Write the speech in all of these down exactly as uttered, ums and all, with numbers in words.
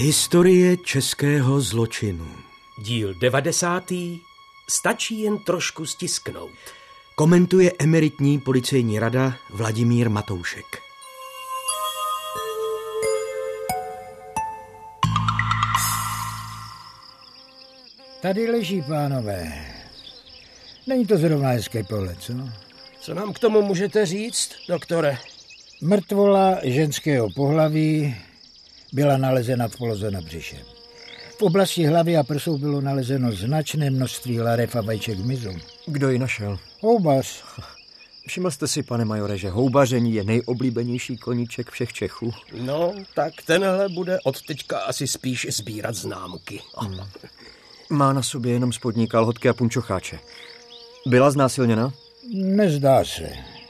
Historie českého zločinu. Díl devadesátý. Stačí jen trošku stisknout. Komentuje emeritní policejní rada Vladimír Matoušek. Tady leží, pánové. Není to zrovna hezký pohled, co? Co nám k tomu můžete říct, doktore? Mrtvola ženského pohlaví byla nalezena v poloze na břiše. V oblasti hlavy a prsou bylo nalezeno značné množství larev a vajíček hmyzu. Kdo ji našel? Houbař. Všiml jste si, pane majore, že houbaření je nejoblíbenější koníček všech Čechů? No, tak tenhle bude od teďka asi spíš sbírat známky. Hmm. Má na sobě jenom spodní kalhotky a punčocháče. Byla znásilněna? Nezdá se.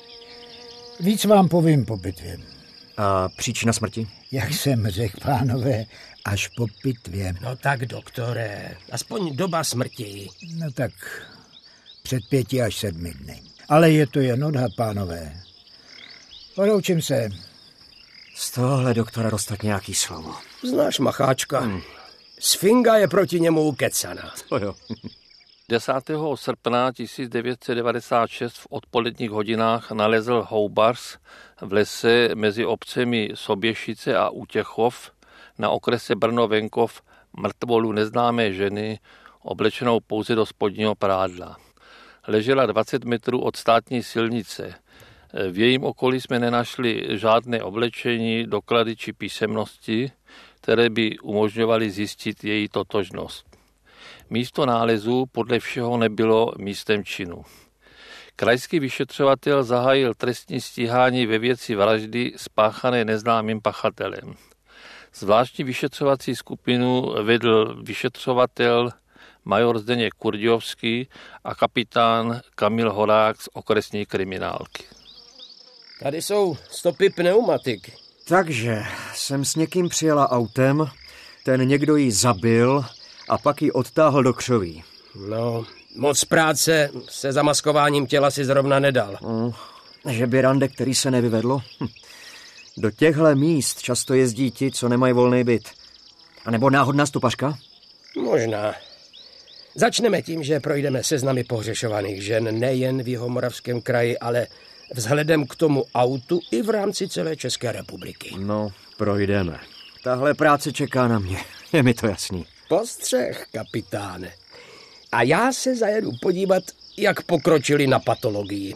Víc vám povím po pitvě. A příčina smrti? Jak jsem řekl, pánové, až po pitvě. No tak, doktore, aspoň doba smrti. No tak před pěti až sedmi dny. Ale je to jen odhad, pánové. Odloučím se. Z tohle doktora dostat nějaký slovo. Znáš Macháčka? Hmm. Sfinga je proti němu ukecaná. To jo. desátého srpna tisíc devět set devadesát šest v odpoledních hodinách nalezl houbař v lese mezi obcemi Soběšice a Útěchov na okrese Brno-Venkov mrtvolu neznámé ženy oblečenou pouze do spodního prádla. Ležela dvacet metrů od státní silnice. V jejím okolí jsme nenašli žádné oblečení, doklady či písemnosti, které by umožňovaly zjistit její totožnost. Místo nálezu podle všeho nebylo místem činu. Krajský vyšetřovatel zahájil trestní stíhání ve věci vraždy spáchané neznámým pachatelem. Zvláštní vyšetřovací skupinu vedl vyšetřovatel major Zdeněk Kurdiovský a kapitán Kamil Horák z okresní kriminálky. Tady jsou stopy pneumatik. Takže jsem s někým přijela autem, ten někdo ji zabil a pak ji odtáhl do křoví. No, moc práce se zamaskováním těla si zrovna nedal. No, že by rande, který se nevyvedlo? Hm. Do těchhle míst často jezdí ti, co nemají volný byt. A nebo náhodná stopařka? Možná. Začneme tím, že projdeme seznamy pohřešovaných žen nejen v Jihomoravském kraji, ale vzhledem k tomu autu i v rámci celé České republiky. No, projdeme. Tahle práce čeká na mě, je mi to jasný. Postřeh, kapitáne. A já se zajedu podívat, jak pokročili na patologii.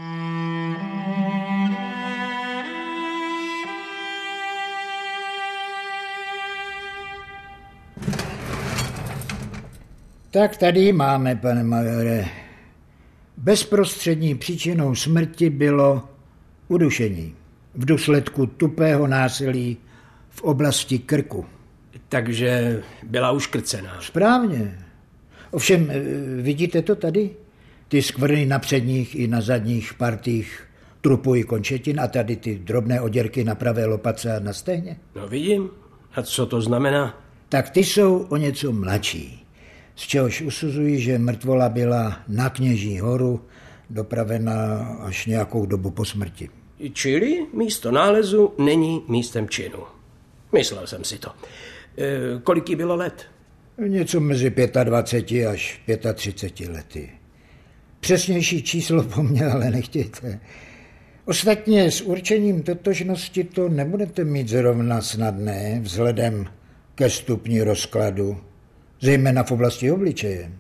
Tak tady máme, pane majore. Bezprostřední příčinou smrti bylo udušení v důsledku tupého násilí v oblasti krku. Takže byla uškrcená. Správně. Ovšem, vidíte to tady? Ty skvrny na předních i na zadních partích trupu i končetin a tady ty drobné oděrky na pravé lopatce a na stehně. No vidím. A co to znamená? Tak ty jsou o něco mladší. Z čehož usuzují, že mrtvola byla na Kněží horu dopravena až nějakou dobu po smrti. Čili místo nálezu není místem činu. Myslel jsem si to. E, kolik jí bylo let? Něco mezi dvacet pět až třicet pět lety. Přesnější číslo po mně ale nechtějte. Ostatně s určením totožnosti to nebudete mít zrovna snadné vzhledem ke stupni rozkladu, zejména v oblasti obličeje.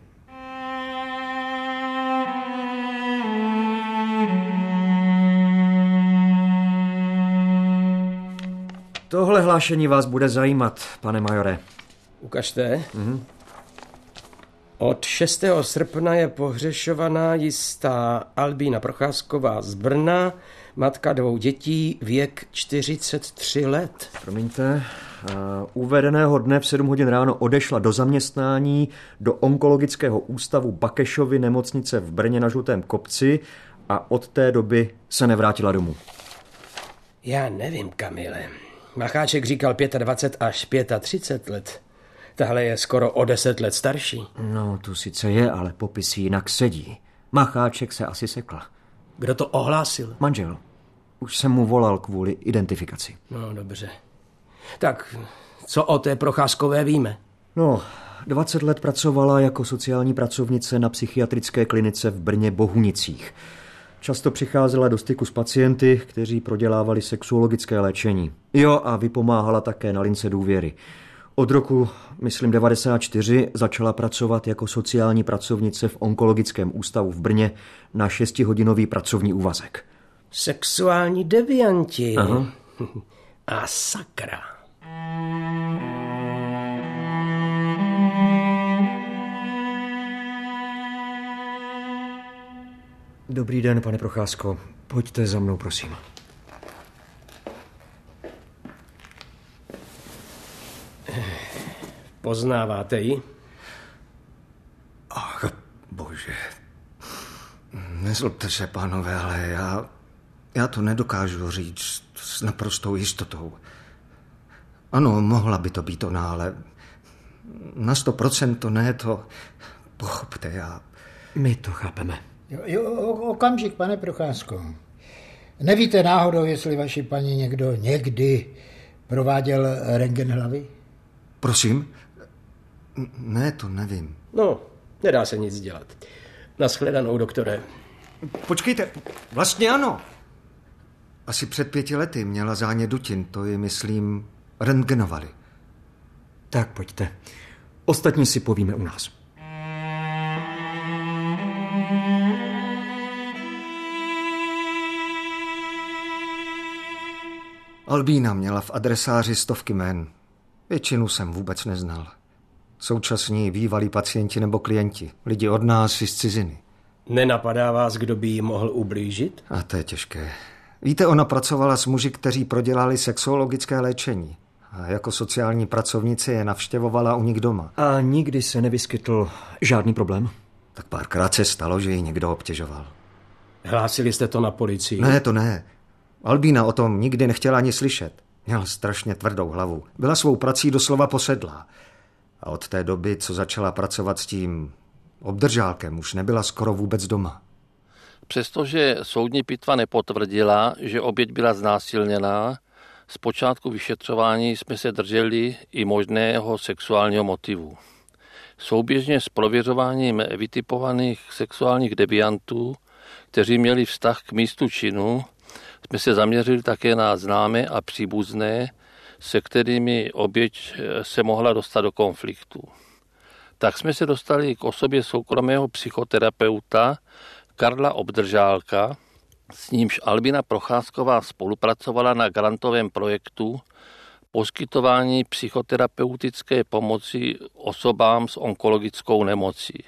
Tohle hlášení vás bude zajímat, pane majore. Ukažte. Mhm. Od šestého srpna je pohřešovaná jistá Albína Procházková z Brna, matka dvou dětí, věk čtyřicet tři let. Promiňte, uh, uvedeného dne v sedm hodin ráno odešla do zaměstnání do onkologického ústavu Bakešovy nemocnice v Brně na Žlutém kopci a od té doby se nevrátila domů. Já nevím, Kamile. Macháček říkal dvacet pět až třicet pět let. Tahle je skoro o deset let starší. No, tu sice je, ale popis jinak sedí. Macháček se asi sekla. Kdo to ohlásil? Manžel. Už jsem mu volal kvůli identifikaci. No, dobře. Tak co o té Procházkové víme? No, dvacet let pracovala jako sociální pracovnice na psychiatrické klinice v Brně Bohunicích. Často přicházela do styku s pacienty, kteří prodělávali sexuologické léčení. Jo, a vypomáhala také na lince důvěry. Od roku, myslím, devadesát čtyři začala pracovat jako sociální pracovnice v onkologickém ústavu v Brně na šestihodinový pracovní úvazek. Sexuální devianti. Aha. A sakra. Dobrý den, pane Procházko. Pojďte za mnou, prosím. Poznáváte ji? Ach, bože. Nezlobte se, pánové, ale já, já to nedokážu říct s naprostou jistotou. Ano, mohla by to být ona, ale na sto procent to ne, to pochopte, já... My to chápeme. Jo, jo, okamžik, pane Procházko. Nevíte náhodou, jestli vaši paní někdo někdy prováděl rentgen hlavy? Prosím? Ne, to nevím. No, nedá se nic dělat. Naschledanou, doktore. Počkejte, vlastně ano. Asi před pěti lety měla zánět dutin, to ji, myslím, rentgenovali. Tak pojďte. Ostatní si povíme u nás. Albína měla v adresáři stovky jmén. Většinu jsem vůbec neznal. Současní bývalí pacienti nebo klienti. Lidi od nás i z ciziny. Nenapadá vás, kdo by jí mohl ublížit? A to je těžké. Víte, ona pracovala s muži, kteří prodělali sexuologické léčení. A jako sociální pracovnice je navštěvovala u nich doma. A nikdy se nevyskytl žádný problém? Tak párkrát se stalo, že ji někdo obtěžoval. Hlásili jste to na policii? Ne, to ne. Albína o tom nikdy nechtěla ani slyšet. Měla strašně tvrdou hlavu. Byla svou prací doslova posedlá. A od té doby, co začala pracovat s tím obdržálkem, už nebyla skoro vůbec doma. Přestože soudní pitva nepotvrdila, že oběť byla znásilněná, z počátku vyšetřování jsme se drželi i možného sexuálního motivu. Souběžně s prověřováním vytipovaných sexuálních deviantů, kteří měli vztah k místu činu, jsme se zaměřili také na známé a příbuzné, se kterými oběť se mohla dostat do konfliktu. Tak jsme se dostali k osobě soukromého psychoterapeuta Karla Obdržálka, s nímž Albína Procházková spolupracovala na grantovém projektu poskytování psychoterapeutické pomoci osobám s onkologickou nemocí.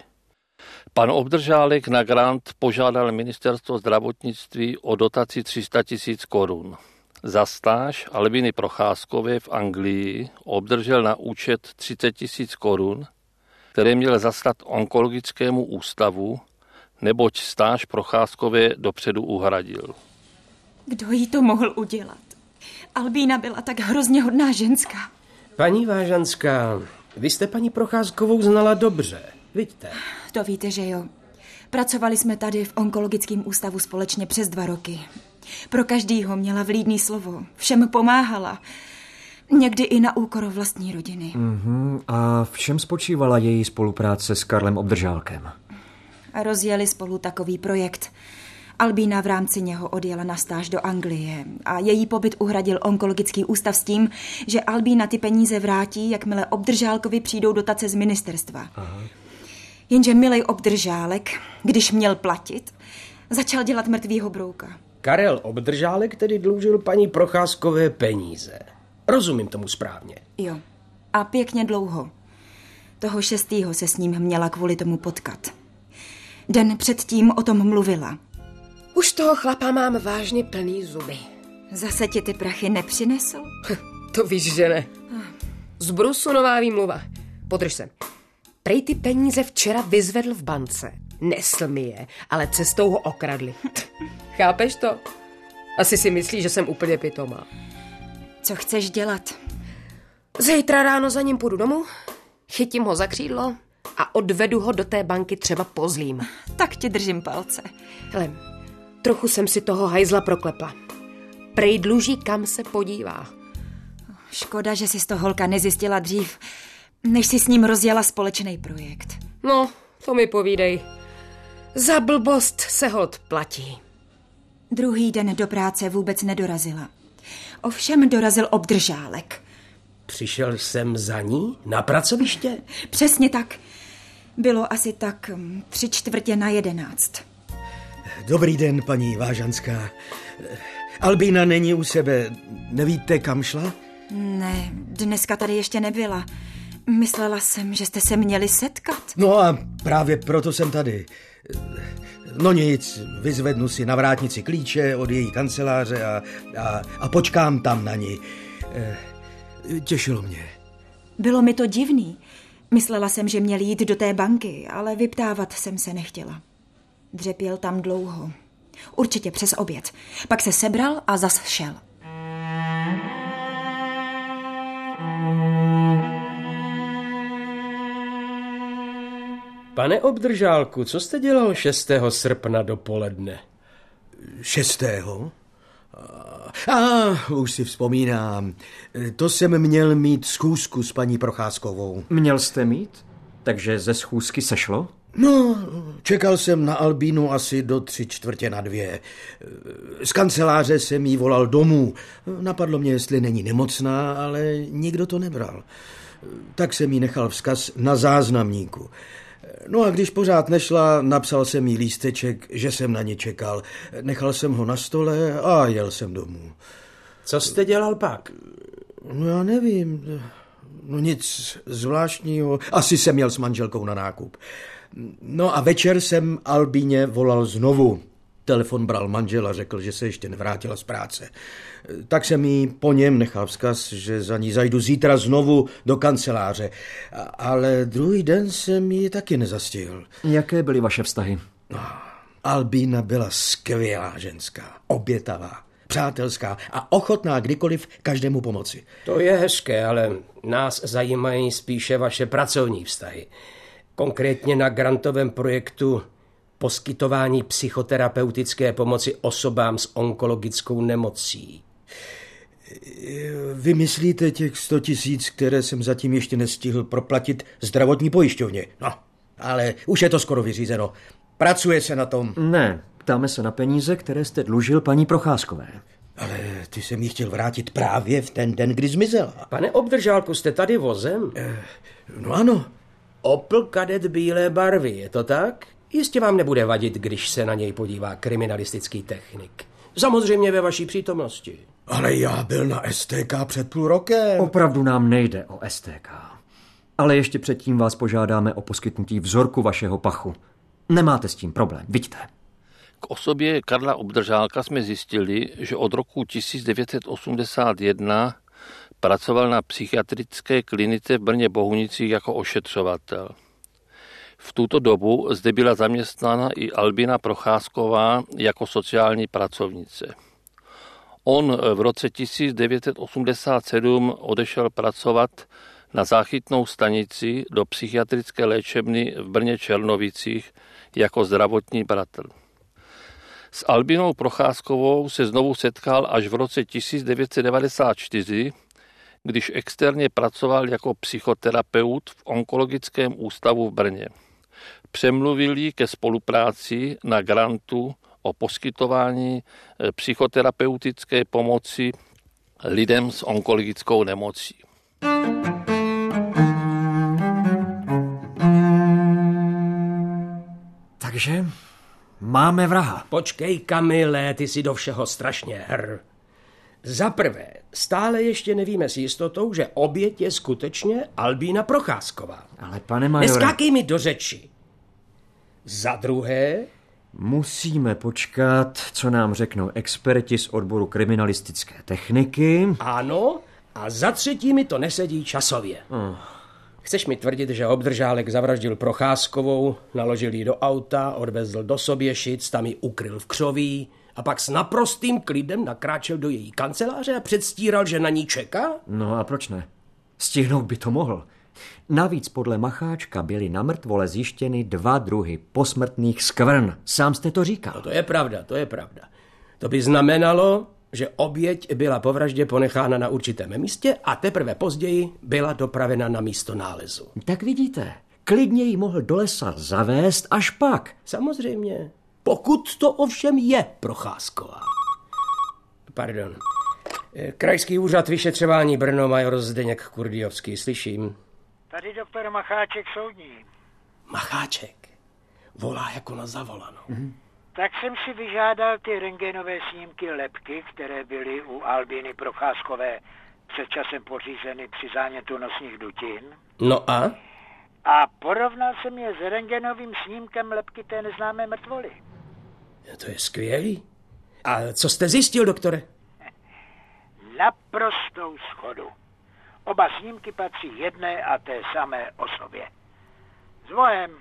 Pan Obdržálek na grant požádal ministerstvo zdravotnictví o dotaci tři sta tisíc korun. Za stáž Albíny Procházkové v Anglii obdržel na účet třicet tisíc korun, které měl zaslat onkologickému ústavu, neboť stáž Procházkové dopředu uhradil. Kdo jí to mohl udělat? Albína byla tak hrozně hodná ženská. Paní Vážanská, vy jste paní Procházkovou znala dobře, vidíte? To víte, že jo. Pracovali jsme tady v onkologickém ústavu společně přes dva roky. Pro každýho měla vlídný slovo, všem pomáhala. Někdy i na úkor vlastní rodiny. Mm-hmm. A v čem spočívala její spolupráce s Karlem Obdržálkem? A rozjeli spolu takový projekt. Albína v rámci něho odjela na stáž do Anglie a její pobyt uhradil onkologický ústav s tím, že Albína ty peníze vrátí, jakmile Obdržálkovi přijdou dotace z ministerstva. Aha. Jenže milej Obdržálek, když měl platit, začal dělat mrtvýho brouka. Karel Obdržálek tedy dlužil paní Procházkové peníze. Rozumím tomu správně. Jo. A pěkně dlouho. Toho šestýho se s ním měla kvůli tomu potkat. Den předtím o tom mluvila. Už toho chlapa mám vážně plný zuby. Zase ti ty prachy nepřinesl? To víš, že ne. Z brusu nová výmluva. Podrž se. Prej ty peníze včera vyzvedl v bance. Nesl mi je, ale cestou ho okradli. Chápeš to? Asi si myslíš, že jsem úplně pitomá. Co chceš dělat? Zítra ráno za ním půjdu domů, chytím ho za křídlo a odvedu ho do té banky třeba pozlím. Tak ti držím palce. Hele, trochu jsem si toho hajzla proklepla. Prej dluží, kam se podívá. Škoda, že si z toho holka nezjistila dřív, než si s ním rozjela společný projekt. No, to mi povídej. Za blbost se hod platí. Druhý den do práce vůbec nedorazila. Ovšem dorazil obdržálek. Přišel jsem za ní na pracoviště? Přesně tak. Bylo asi tak tři čtvrtě na jedenáct. Dobrý den, paní Vážanská. Albína není u sebe. Nevíte, kam šla? Ne, dneska tady ještě nebyla. Myslela jsem, že jste se měli setkat. No a právě proto jsem tady. No nic, vyzvednu si na vrátnici klíče od její kanceláře a, a, a počkám tam na ní. Těšilo mě. Bylo mi to divný. Myslela jsem, že měl jít do té banky, ale vyptávat jsem se nechtěla. Dřepěl tam dlouho. Určitě přes oběd. Pak se sebral a zas šel. Pane obdržálku, co jste dělal šestého srpna dopoledne? šestého A, a už si vzpomínám. To jsem měl mít schůzku s paní Procházkovou. Měl jste mít? Takže ze schůzky sešlo? No, čekal jsem na Albínu asi do tři čtvrtě na dvě. Z kanceláře jsem jí volal domů. Napadlo mě, jestli není nemocná, ale nikdo to nebral. Tak jsem jí nechal vzkaz na záznamníku. No a když pořád nešla, napsal jsem jí lísteček, že jsem na ně čekal. Nechal jsem ho na stole a jel jsem domů. Co jste dělal pak? No já nevím. No nic zvláštního. Asi jsem jel s manželkou na nákup. No a večer jsem Albíně volal znovu. Telefon bral manžel a řekl, že se ještě nevrátila z práce. Tak jsem jí po něm nechal vzkaz, že za ní zajdu zítra znovu do kanceláře. Ale druhý den jsem ji taky nezastihl. Jaké byly vaše vztahy? No, Albína byla skvělá ženská, obětavá, přátelská a ochotná kdykoliv každému pomoci. To je hezké, ale nás zajímají spíše vaše pracovní vztahy. Konkrétně na grantovém projektu poskytování psychoterapeutické pomoci osobám s onkologickou nemocí. Vy myslíte těch sto tisíc, které jsem zatím ještě nestihl proplatit zdravotní pojišťovně? No, ale už je to skoro vyřízeno. Pracuje se na tom. Ne, ptáme se na peníze, které jste dlužil paní Procházkové. Ale ty jsem jí chtěl vrátit právě v ten den, kdy zmizela. Pane obdržálku, jste tady vozem? Eh, no ano. Opel Kadett bílé barvy, je to tak? Jistě vám nebude vadit, když se na něj podívá kriminalistický technik. Samozřejmě ve vaší přítomnosti. Ale já byl na S T K před půl rokem. Opravdu nám nejde o S T K. Ale ještě předtím vás požádáme o poskytnutí vzorku vašeho pachu. Nemáte s tím problém, vidíte. K osobě Karla Obdržálka jsme zjistili, že od roku tisíc devět set osmdesát jedna pracoval na psychiatrické klinice v Brně Bohunicích jako ošetřovatel. V tuto dobu zde byla zaměstnána i Albína Procházková jako sociální pracovnice. On v roce tisíc devět set osmdesát sedm odešel pracovat na záchytnou stanici do psychiatrické léčebny v Brně Černovicích jako zdravotní bratr. S Albínou Procházkovou se znovu setkal až v roce tisíc devět set devadesát čtyři, když externě pracoval jako psychoterapeut v onkologickém ústavu v Brně. Přemluvil ji ke spolupráci na grantu o poskytování psychoterapeutické pomoci lidem s onkologickou nemocí. Takže máme vraha. Počkej, Kamile, ty si do všeho strašně hr. Za prvé, stále ještě nevíme s jistotou, že oběť je skutečně Albína Procházková. Ale pane majore... Neskákej mi do řeči. Za druhé... Musíme počkat, co nám řeknou experti z odboru kriminalistické techniky. Ano, a za třetí mi to nesedí časově. Oh. Chceš mi tvrdit, že obdržálek zavraždil Procházkovou, naložil ji do auta, odvezl do Soběšic, tam ji ukryl v křoví a pak s naprostým klidem nakráčel do její kanceláře a předstíral, že na ní čeká? No a proč ne? Stihnout by to mohl. Navíc podle Macháčka byly na mrtvole zjištěny dva druhy posmrtných skvrn. Sám jste to říkal. No to je pravda, to je pravda. To by znamenalo, že oběť byla po vraždě ponechána na určitém místě a teprve později byla dopravena na místo nálezu. Tak vidíte, klidně ji mohl do lesa zavést až pak. Samozřejmě, pokud to ovšem je Procházková. Pardon. Krajský úřad vyšetřování Brno, major Zdeněk Kurdiovský, slyším. Tady doktor Macháček soudní. Macháček? Volá jako na zavolanou. Mm-hmm. Tak jsem si vyžádal ty rentgenové snímky lebky, které byly u Albíny Procházkové před časem pořízeny při zánětu nosních dutin. No a? A porovnal jsem je s rentgenovým snímkem lebky té neznámé mrtvoly. To je skvělý. A co jste zjistil, doktore? Naprostou shodu. Oba snímky patří jedné a té samé osobě. Zvojem.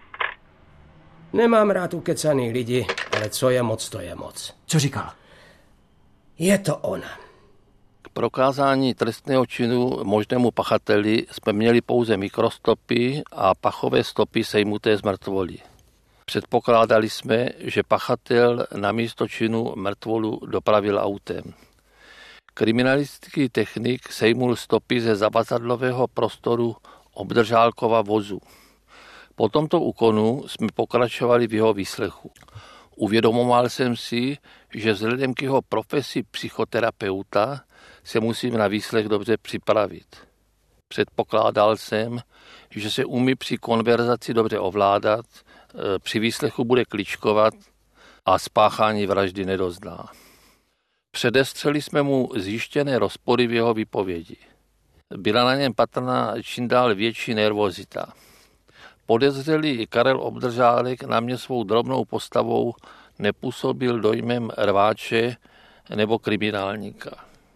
Nemám rád ukecaný lidi, ale co je moc, to je moc. Co říkal? Je to ona. K prokázání trestného činu možnému pachateli jsme měli pouze mikrostopy a pachové stopy sejmuté z mrtvoly. Předpokládali jsme, že pachatel na místo činu mrtvolu dopravil autem. Kriminalistický technik sejmul stopy ze zavazadlového prostoru obdržálkova vozu. Po tomto úkonu jsme pokračovali v jeho výslechu. Uvědomoval jsem si, že vzhledem k jeho profesi psychoterapeuta se musím na výslech dobře připravit. Předpokládal jsem, že se umí při konverzaci dobře ovládat, při výslechu bude kličkovat a spáchání vraždy nedozná. Předestřeli jsme mu zjištěné rozpory v jeho výpovědi. Byla na něm patrná čím dál větší nervozita. Podezřelý Karel Obdržálek na mě svou drobnou postavou nepůsobil dojmem rváče nebo kriminálníka.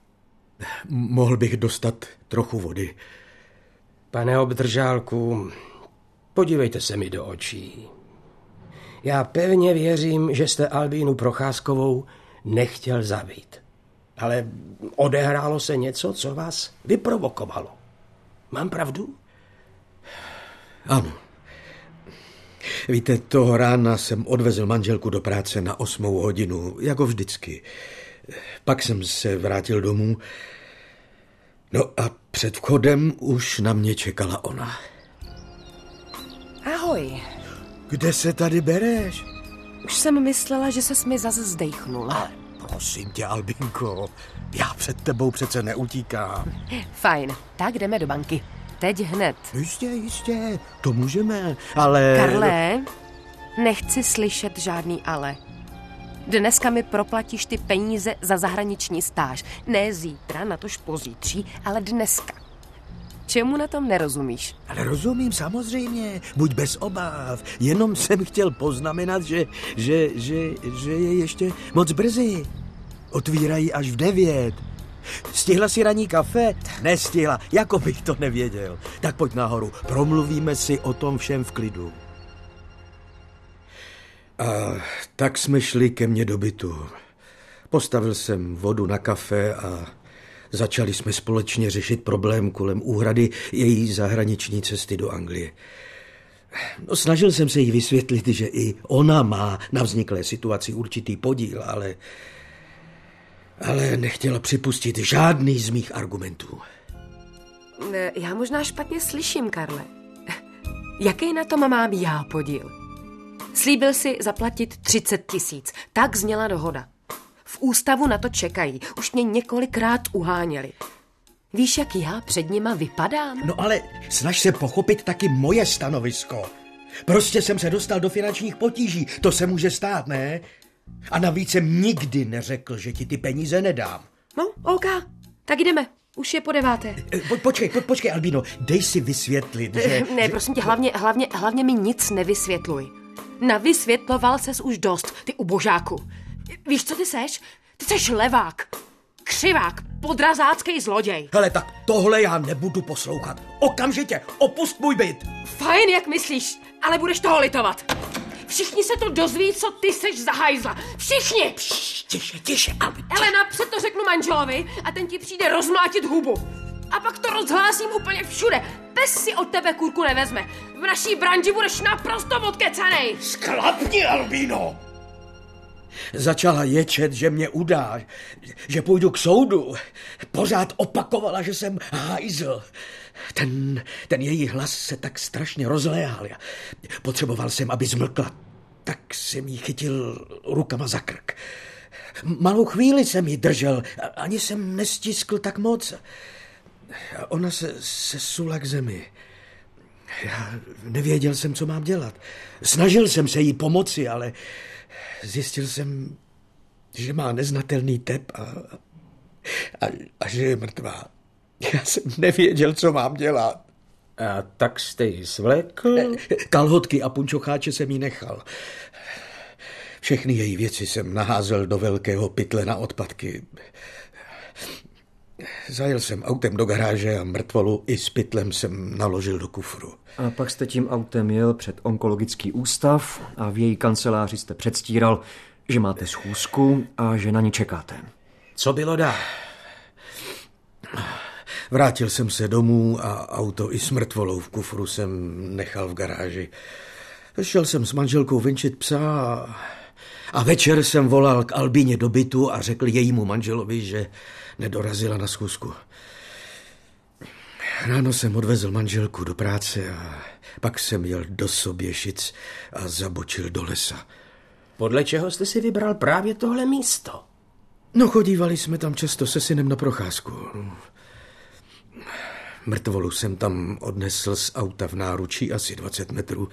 Mohl bych dostat trochu vody. Pane Obdržálku, podívejte se mi do očí. Já pevně věřím, že jste Albínu Procházkovou nechtěl zabít. Ale odehrálo se něco, co vás vyprovokovalo. Mám pravdu? Ano. Víte, toho rána jsem odvezl manželku do práce na osmou hodinu, jako vždycky. Pak jsem se vrátil domů. No a před vchodem už na mě čekala ona. Ahoj. Kde se tady bereš? Už jsem myslela, že ses mi zase zdejchnula. Prosím tě, Albinko, já před tebou přece neutíkám. Fajn, tak jdeme do banky. Teď hned. Jistě, jistě, to můžeme, ale... Karle, nechci slyšet žádný ale. Dneska mi proplatíš ty peníze za zahraniční stáž. Ne zítra, natož pozítří, ale dneska. Čemu na tom nerozumíš? Ale rozumím, samozřejmě, buď bez obav. Jenom jsem chtěl poznamenat, že, že, že, že je ještě moc brzy. Otvírají až v devět. Stihla si ranní kafe? Nestihla, jako bych to nevěděl. Tak pojď nahoru, promluvíme si o tom všem v klidu. A tak jsme šli ke mně do bytu. Postavil jsem vodu na kafe a začali jsme společně řešit problém kolem úhrady její zahraniční cesty do Anglie. No, snažil jsem se jí vysvětlit, že i ona má na vzniklé situaci určitý podíl, ale... ale nechtěla připustit žádný z mých argumentů. Já možná špatně slyším, Karle. Jaký na tom mám já podíl? Slíbil si zaplatit třicet tisíc. Tak zněla dohoda. V ústavu na to čekají. Už mě několikrát uháněli. Víš, jak já před nima vypadám? No ale snaž se pochopit taky moje stanovisko. Prostě jsem se dostal do finančních potíží. To se může stát, ne? A navíc jsem nikdy neřekl, že ti ty peníze nedám. No, OK. Tak jdeme. Už je po deváté. Po, počkej, po, počkej, Albino. Dej si vysvětlit, že... Ne, že... prosím tě, hlavně, hlavně, hlavně mi nic nevysvětluj. Navysvětloval ses už dost, ty ubožáku. Víš, co ty seš? Ty seš levák, křivák, podrazácký zloděj. Hele, tak tohle já nebudu poslouchat. Okamžitě opust můj byt. Fajn, jak myslíš, ale budeš toho litovat. Všichni se to dozví, co ty seš za hajzla. Všichni! Pš, tiše, tiše, Albino. Elena, před to řeknu manželovi a ten ti přijde rozmlátit hubu. A pak to rozhlásím úplně všude. Pes si od tebe kurku nevezme. V naší branži budeš naprosto odkecanej. Sklapni, Albino! Začala ječet, že mě udá, že půjdu k soudu. Pořád opakovala, že jsem hajzl. Ten, ten její hlas se tak strašně rozléhal. Potřeboval jsem, aby zmlkla. Tak jsem jí chytil rukama za krk. Malou chvíli jsem ji držel, ani jsem nestiskl tak moc. Ona se, se sula k zemi. Já nevěděl jsem, co mám dělat. Snažil jsem se jí pomoci, ale zjistil jsem, že má neznatelný tep a, a, a že je mrtvá. Já jsem nevěděl, co mám dělat. A tak jste ji svlékl? Kalhotky a punčocháče jsem jí nechal. Všechny její věci jsem naházel do velkého pytle na odpadky. Zajel jsem autem do garáže a mrtvolu i s pytlem jsem naložil do kufru. A pak jste tím autem jel před onkologický ústav a v její kanceláři jste předstíral, že máte schůzku a že na ní čekáte. Co bylo dál? Vrátil jsem se domů a auto i s mrtvolou v kufru jsem nechal v garáži. Šel jsem s manželkou venčit psa a, a večer jsem volal k Albíně do bytu a řekl jejímu manželovi, že nedorazila na schůzku. Ráno jsem odvezl manželku do práce a pak jsem jel do Soběšic a zabočil do lesa. Podle čeho jste si vybral právě tohle místo? No, chodívali jsme tam často se synem na procházku. Mrtvolu jsem tam odnesl z auta v náručí asi dvacet metrů.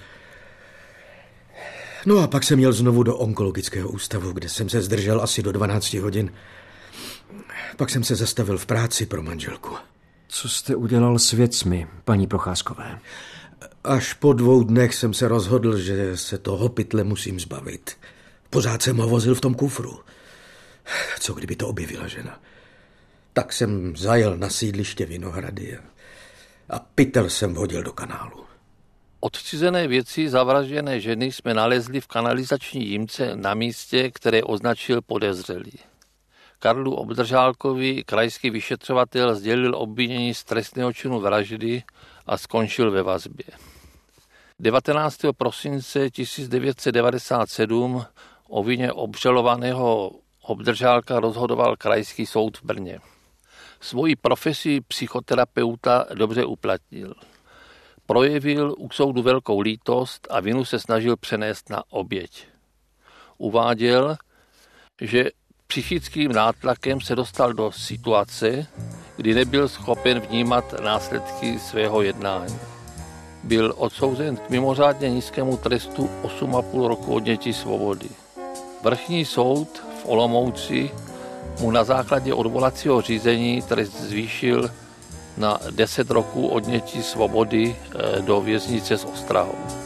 No a pak jsem jel znovu do onkologického ústavu, kde jsem se zdržel asi do dvanácti hodin. Pak jsem se zastavil v práci pro manželku. Co jste udělal s věcmi, paní Procházkové? Až po dvou dnech jsem se rozhodl, že se toho pytle musím zbavit. Pořád jsem ho vozil v tom kufru. Co kdyby to objevila žena? Tak jsem zajel na sídliště Vinohrady a, a pytel jsem hodil do kanálu. Odcizené věci zavražděné ženy jsme nalezli v kanalizační jímce na místě, které označil podezřelý. Karlu Obdržálkovi krajský vyšetřovatel sdělil obvinění z trestného činu vraždy a skončil ve vazbě. devatenáctého prosince tisíc devět set devadesát sedm o vině obžalovaného Obdržálka rozhodoval krajský soud v Brně. Svoji profesi psychoterapeuta dobře uplatnil. Projevil u soudu velkou lítost a vinu se snažil přenést na oběť. Uváděl, že psychickým nátlakem se dostal do situace, kdy nebyl schopen vnímat následky svého jednání. Byl odsouzen k mimořádně nízkému trestu osm a půl roku odnětí svobody. Vrchní soud v Olomouci mu na základě odvolacího řízení trest zvýšil na deset roků odnětí svobody do věznice s ostrahou.